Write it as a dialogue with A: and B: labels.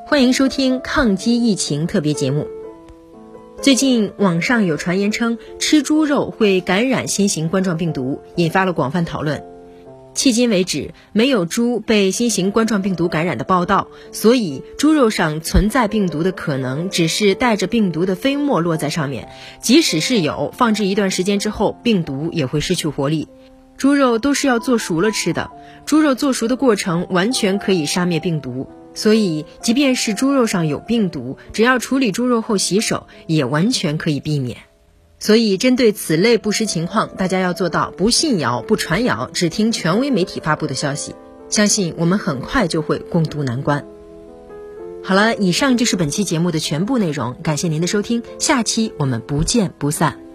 A: 欢迎收听抗击疫情特别节目。最近网上有传言称吃猪肉会感染新型冠状病毒，引发了广泛讨论。迄今为止，没有猪被新型冠状病毒感染的报道，所以猪肉上存在病毒的可能只是带着病毒的飞沫落在上面，即使是有，放置一段时间之后，病毒也会失去活力。猪肉都是要做熟了吃的，猪肉做熟的过程完全可以杀灭病毒，所以即便是猪肉上有病毒，只要处理猪肉后洗手，也完全可以避免。所以针对此类不实情况，大家要做到不信谣、不传谣，只听权威媒体发布的消息，相信我们很快就会共度难关。好了，以上就是本期节目的全部内容，感谢您的收听，下期我们不见不散。